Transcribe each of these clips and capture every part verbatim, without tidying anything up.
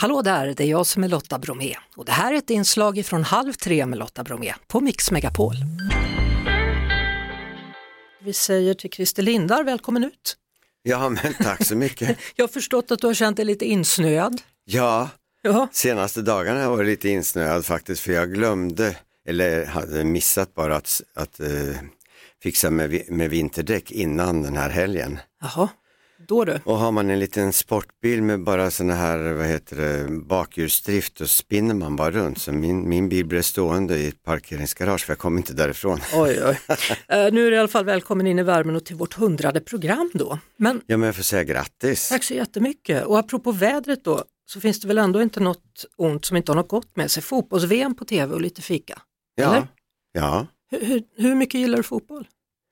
Hallå där, det är jag som är Lotta Bromé och det här är ett inslag från Halv tre med Lotta Bromé på Mix Megapol. Vi säger till Christer Lindar, välkommen ut. Ja, men tack så mycket. Jag har förstått att du har känt dig lite insnöad. Ja, ja. Senaste dagarna har jag varit lite insnöad faktiskt, för jag glömde, eller hade missat bara att, att uh, fixa med, med vinterdäck innan den här helgen. Jaha, då du. Och har man en liten sportbil med bara såna här, vad heter det, bakhjulsdrift, och spinner man bara runt. Så min, min bil blev stående i ett parkeringsgarage, för jag kom inte därifrån. Oj, oj. uh, nu är du i alla fall välkommen in i värmen och till vårt hundrade program då. Men, ja, men jag får säga grattis. Tack så jättemycket. Och apropå vädret då, så finns det väl ändå inte något ont som inte har något gott med sig. Fotbolls-V M på tv och lite fika. Ja, eller? ja. Hur, hur, hur mycket gillar du fotboll?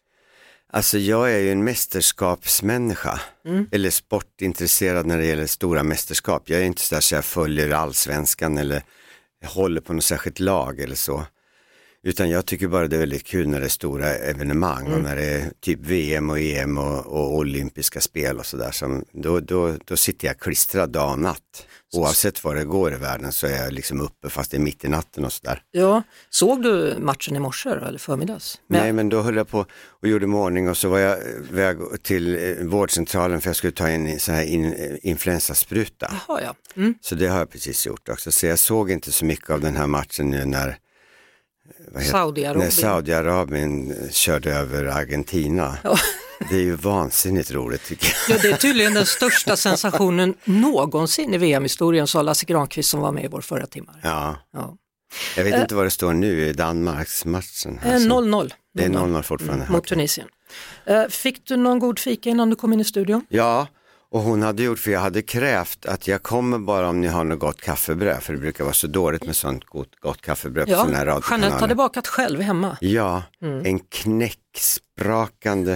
Alltså jag är ju en mästerskapsmänniska, mm. eller sportintresserad när det gäller stora mästerskap. Jag är inte så där så jag följer allsvenskan eller håller på något särskilt lag eller så. Utan jag tycker bara det är väldigt kul när det är stora evenemang mm. och när det är typ V M och E M och, och olympiska spel och sådär. Så då, då, då sitter jag klistrad dag och natt. Oavsett vad det går i världen så är jag liksom uppe fast det är mitt i natten och sådär. Ja, såg du matchen i morse eller förmiddags? Men... Nej, men då höll jag på och gjorde morgon och så var jag väg till vårdcentralen för jag skulle ta en sån här in, influensaspruta. Jaha, ja. Mm. Så det har jag precis gjort också. Så jag såg inte så mycket av den här matchen nu när Saudiarabien. När Saudiarabien körde över Argentina. Ja. Det är ju vansinnigt roligt tycker jag. Ja, det är tydligen den största sensationen någonsin i V M-historien, sa Lasse Granqvist som var med i vår förra timmar. Ja. ja. Jag vet äh, inte vad det står nu i Danmarks matchen. Alltså. noll noll. Det är noll noll fortfarande. Mm, mot Tunisien. Äh, fick du någon god fika innan du kom in i studion? Ja. Och hon hade gjort, för jag hade krävt att jag kommer bara om ni har något gott kaffebröd. För det brukar vara så dåligt med sånt gott, gott kaffebröd ja, på sådana här radiokanaler. Jeanette hade bakat själv hemma. Ja, mm. en knäcksprakande,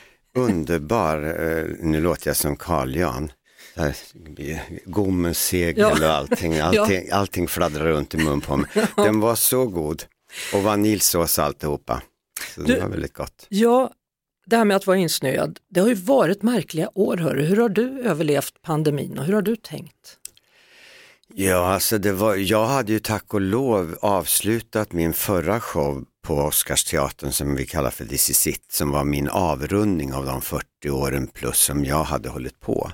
underbar, eh, nu låter jag som Carl Jan. Gommens segel ja. och allting, allting, ja. allting fladdrar runt i mun på mig. Den var så god. Och vaniljsås alltihopa. Så du, det var väldigt gott. Ja. Det här med att vara insnöad, det har ju varit märkliga år, hörru. Hur har du överlevt pandemin och hur har du tänkt? Ja, alltså det var, jag hade ju tack och lov avslutat min förra show på Oscarsteatern som vi kallar för This is it, som var min avrundning av de fyrtio åren plus som jag hade hållit på.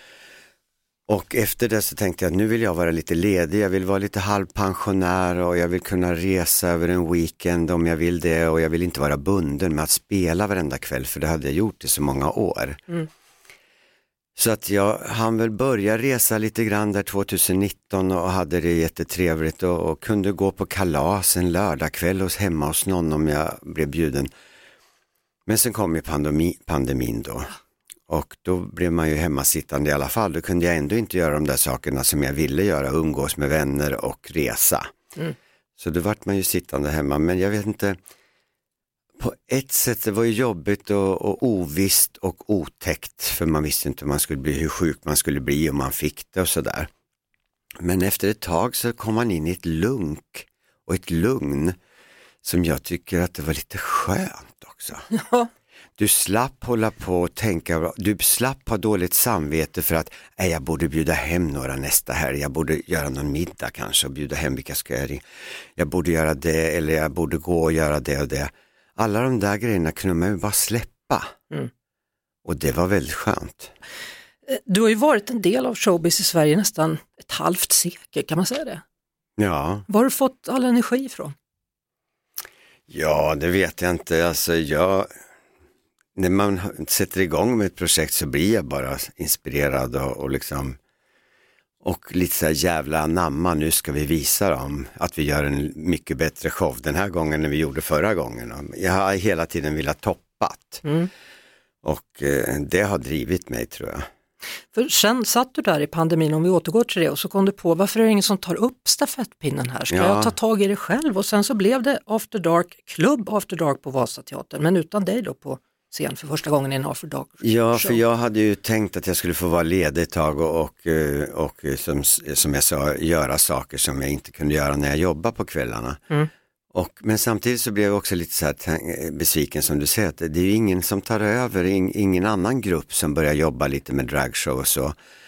Och efter det så tänkte jag att nu vill jag vara lite ledig, jag vill vara lite halvpensionär och jag vill kunna resa över en weekend om jag vill det, och jag vill inte vara bunden med att spela varenda kväll, för det hade jag gjort i så många år. Mm. Så att jag hann väl börja resa lite grann där tjugonitton och hade det jättetrevligt och, och kunde gå på kalas en lördagkväll hos hemma hos någon om jag blev bjuden. Men sen kom ju pandemi, pandemin då. Och då blev man ju hemmasittande i alla fall. Då kunde jag ändå inte göra de där sakerna som jag ville göra. Umgås med vänner och resa. Mm. Så då vart man ju sittande hemma. Men jag vet inte. På ett sätt det var ju jobbigt och, och ovisst och otäckt. För man visste inte om man skulle bli, hur sjuk man skulle bli om man fick det och sådär. Men efter ett tag så kom man in i ett lunk och ett lugn. Som jag tycker att det var lite skönt också. Ja. Du slapp hålla på och tänka, du slapp ha dåligt samvete för att äh, jag borde bjuda hem några nästa helg, jag borde göra någon middag kanske och bjuda hem vilka ska jag ringa. Jag borde göra det eller jag borde gå och göra det och det. Alla de där grejerna kunde man ju bara släppa. Mm. Och det var väldigt skönt. Du har ju varit en del av showbiz i Sverige nästan ett halvt sekel, kan man säga det? Ja. Var har du fått all energi ifrån? Ja, det vet jag inte. Alltså jag... När man sätter igång med ett projekt så blir jag bara inspirerad och, och liksom och lite så här jävla anamma, nu ska vi visa dem att vi gör en mycket bättre show den här gången än vi gjorde förra gången. Jag har hela tiden velat toppat mm. och eh, det har drivit mig, tror jag. För sen satt du där i pandemin, om vi återgår till det, och så kom du på, varför är det ingen som tar upp stafettpinnen här? Ska ja. jag ta tag i det själv? Och sen så blev det After Dark, klubb After Dark på Vasateatern, men utan dig då på scen för första gången i en After Dark show. Ja, för jag hade ju tänkt att jag skulle få vara ledig ett tag och, och, och, och som, som jag sa, göra saker som jag inte kunde göra när jag jobbar på kvällarna. Mm. Och, men samtidigt så blev jag också lite så här besviken, som du säger, att det är ju ingen som tar över, ingen annan grupp som börjar jobba lite med dragshow och så.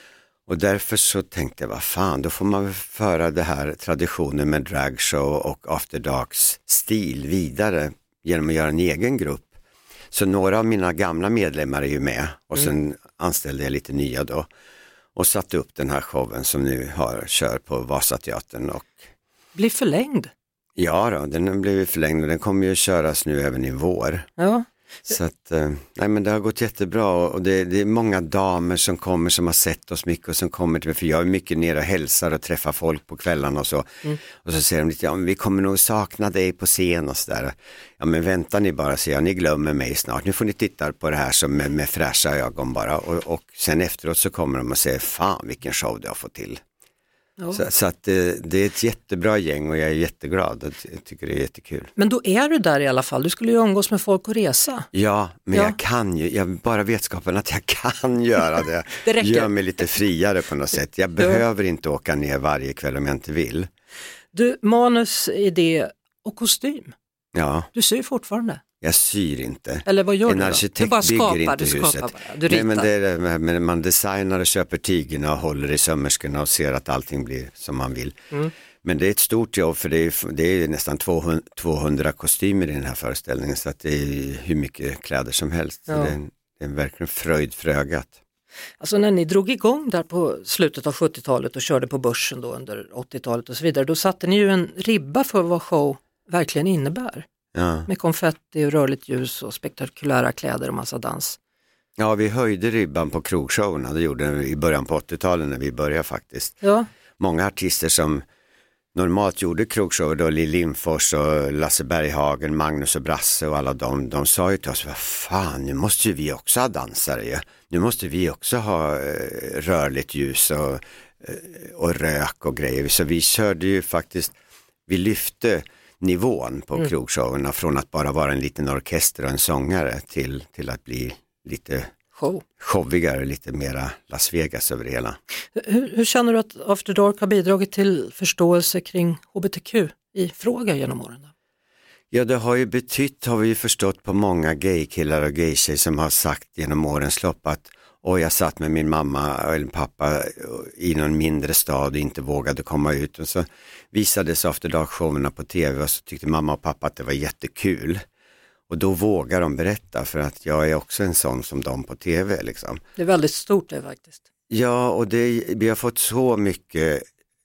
Och därför så tänkte jag, vad fan, då får man väl föra det här traditionen med dragshow och After Darks stil vidare genom att göra en egen grupp. Så några av mina gamla medlemmar är ju med och sen mm. anställde jag lite nya då och satte upp den här showen som nu har kör på Vasateatern. Och blir förlängd? Ja då, den har blivit förlängd och den kommer ju köras nu även i vår. Ja. Så att, nej men det har gått jättebra och det, det är många damer som kommer som har sett oss mycket och som kommer till mig, för jag är mycket nere och hälsar och träffar folk på kvällarna och så. Mm. Och så säger de lite, ja men vi kommer nog sakna dig på scen och sådär. Ja men vänta ni bara, säger jag, ni glömmer mig snart. Nu får ni titta på det här som med, med fräscha ögon bara. Och, och sen efteråt så kommer de och säger, fan vilken show du har fått till. Ja. Så, så att det, det är ett jättebra gäng och jag är jätteglad och jag tycker det är jättekul. Men då är du där i alla fall, du skulle ju umgås med folk och resa. Ja, men ja. jag kan ju, jag bara vetskapen att jag kan göra det, det gör mig lite friare på något sätt. Jag behöver ja. inte åka ner varje kväll om jag inte vill. Du, manus, idé och kostym. Ja. Du syr fortfarande. Jag syr inte. Eller vad gör en du då? arkitekt du bara skapar, bygger inte du huset. Skapar bara. Du ritar. Nej, men det är det, man designar och köper tygerna och håller i sömmerskorna och ser att allting blir som man vill. Mm. Men det är ett stort jobb för det är, det är nästan tvåhundra kostymer i den här föreställningen så att det är hur mycket kläder som helst. Ja. Så det, är en, det är en verkligen fröjd för ögat. Alltså när ni drog igång där på slutet av sjuttiotalet och körde på börsen då under åttiotalet och så vidare, då satte ni ju en ribba för vad show verkligen innebär. Ja. Med konfetti och rörligt ljus och spektakulära kläder och massa dans. Ja, vi höjde ribban på krogshowerna. Det gjorde vi i början på åttiotalet när vi började faktiskt. Ja. Många artister som normalt gjorde krogshower, då Lill Lindfors och Lasse Berghagen, Magnus och Brasse och alla de, de sa ju till oss, vad fan, nu måste ju vi också ha dansare ju. Nu måste vi också ha eh, rörligt ljus och, eh, och rök och grejer. Så vi körde ju faktiskt, vi lyfte nivån på mm. krogshowerna från att bara vara en liten orkester och en sångare till, till att bli lite Show. showigare, lite mera Las Vegas över det hela. Hur, hur känner du att After Dark har bidragit till förståelse kring H B T Q i fråga genom åren? Ja, det har ju betytt, har vi ju förstått på många gaykillar och gaytjejer som har sagt genom årens lopp att och jag satt med min mamma eller pappa i någon mindre stad och inte vågade komma ut. Och så visades After Dark-showerna på tv och så tyckte mamma och pappa att det var jättekul. Och då vågar de berätta för att jag är också en sån som de på tv. Liksom. Det är väldigt stort det faktiskt. Ja, och det, vi har fått så mycket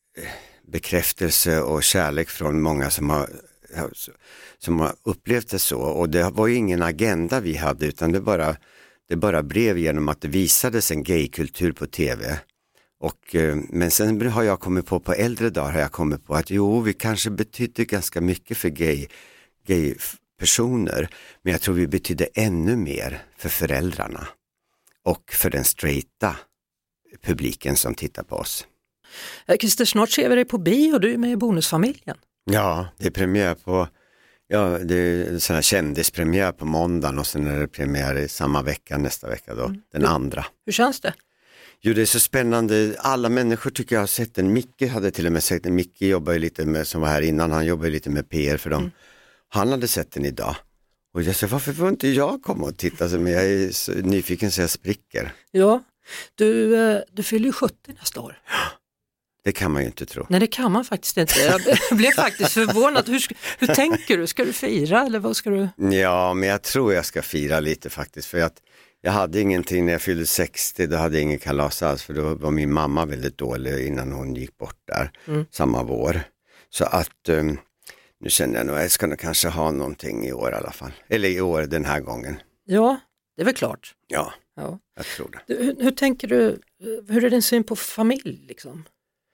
bekräftelse och kärlek från många som har, som har upplevt det så. Och det var ju ingen agenda vi hade utan det bara... Det bara blev genom att det visades en gaykultur på tv. Och, men sen har jag kommit på, på äldre dagar har jag kommit på att jo, vi kanske betydde ganska mycket för gay, gay personer. Men jag tror vi betydde ännu mer för föräldrarna. Och för den straighta publiken som tittar på oss. Christer, snart ser vi dig på bio, du är med i Bonusfamiljen. Ja, det är premiär på... Ja, det är sån här kändispremiär på måndagen och sen är det premiär i samma vecka nästa vecka då, mm. den andra. Hur känns det? Jo, det är så spännande. Alla människor tycker jag har sett den. Micke hade till och med sett den. Micke jobbar ju lite med, som var här innan, han jobbar ju lite med P R för dem. Mm. Han hade sett den idag. Och jag sa, varför får inte jag komma och titta? Så, men jag är så nyfiken så jag spricker. Ja, du, du fyller ju sjuttio nästa år. Det kan man ju inte tro. Nej, det kan man faktiskt inte. Jag blev faktiskt förvånad. Hur, hur tänker du? Ska du fira eller vad ska du? Ja, men jag tror jag ska fira lite faktiskt. För att jag hade ingenting när jag fyllde sextio. Då hade jag ingen kalas alls. För då var min mamma väldigt dålig innan hon gick bort där. Mm. Samma vår. Så att um, nu känner jag nog att jag ska nog kanske ha någonting i år i alla fall. Eller i år den här gången. Ja, det är väl klart. Ja, ja. Jag tror det. Du, hur, hur tänker du? Hur är din syn på familj liksom?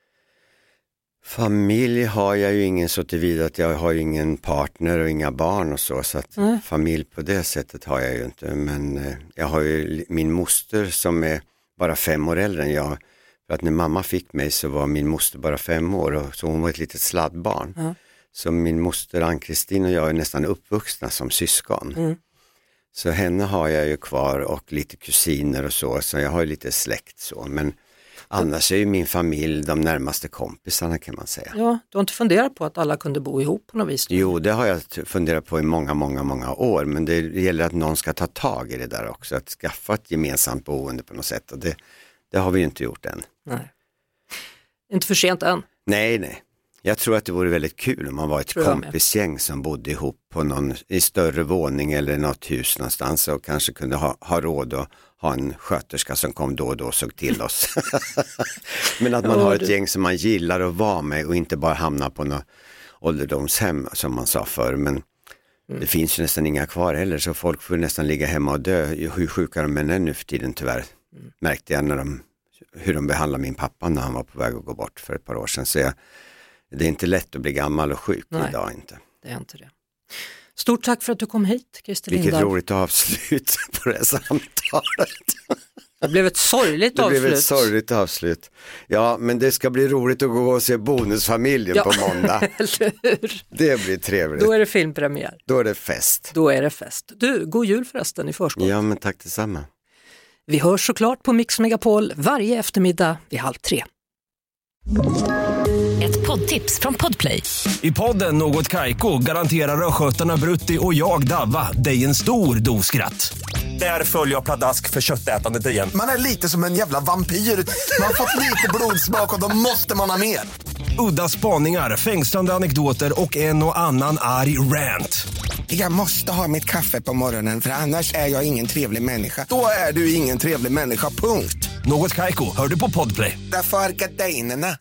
Familj har jag ju ingen så tillvida att jag har ju ingen partner och inga barn och så. Så att mm. familj på det sättet har jag ju inte. Men eh, jag har ju min moster som är bara fem år äldre än jag. För att när mamma fick mig så var min moster bara fem år. Och så hon var ett litet sladdbarn. Mm. Så min moster Ann-Kristin och jag är nästan uppvuxna som syskon. Mm. Så henne har jag ju kvar och lite kusiner och så. Så jag har ju lite släkt så. Men... Annars är ju min familj de närmaste kompisarna kan man säga. Ja, du har inte funderat på att alla kunde bo ihop på något vis? Jo, det har jag funderat på i många, många, många år. Men det gäller att någon ska ta tag i det där också. Att skaffa ett gemensamt boende på något sätt. Och det, det har vi ju inte gjort än. Nej. Inte för sent än. Nej, nej. Jag tror att det vore väldigt kul om man var ett kompisgäng som bodde ihop på någon i större våning eller något hus någonstans och kanske kunde ha, ha råd att ha en sköterska som kom då och då och såg till oss. Men att man har ett gäng som man gillar att vara med och inte bara hamna på något ålderdomshem som man sa förr. Men mm. det finns ju nästan inga kvar heller, så folk får nästan ligga hemma och dö. Hur sjuka de än är nu för tiden tyvärr. Mm. Märkte jag när de, hur de behandlade min pappa när han var på väg att gå bort för ett par år sedan. Så jag, det är inte lätt att bli gammal och sjuk. Nej, idag inte. Det är inte det. Stort tack för att du kom hit, Christer Lindarw. Vilket roligt avslut på det samtalet. Det blev ett sorgligt det avslut. Det blev ett sorgligt avslut. Ja, men det ska bli roligt att gå och se Bonusfamiljen ja. på måndag. Eller hur? Det blir trevligt. Då är det filmpremiär. Då är det fest. Då är det fest. Du, god jul förresten i förskott. Ja, men tack detsamma. Vi hörs såklart på Mix Megapol varje eftermiddag vid halv tre. Ett poddtips från Podplay. I podden Något Kaiko garanterar röskötarna Brutti och jag Davva dig en stor doskratt. Där följer jag pladask för köttätandet igen. Man är lite som en jävla vampyr. Man har fått lite blodsmak och då måste man ha mer. Udda spaningar, fängslande anekdoter och en och annan arg rant. Jag måste ha mitt kaffe på morgonen för annars är jag ingen trevlig människa. Då är du ingen trevlig människa, punkt. Något Kaiko, hör du på Podplay. Därför är gardinerna.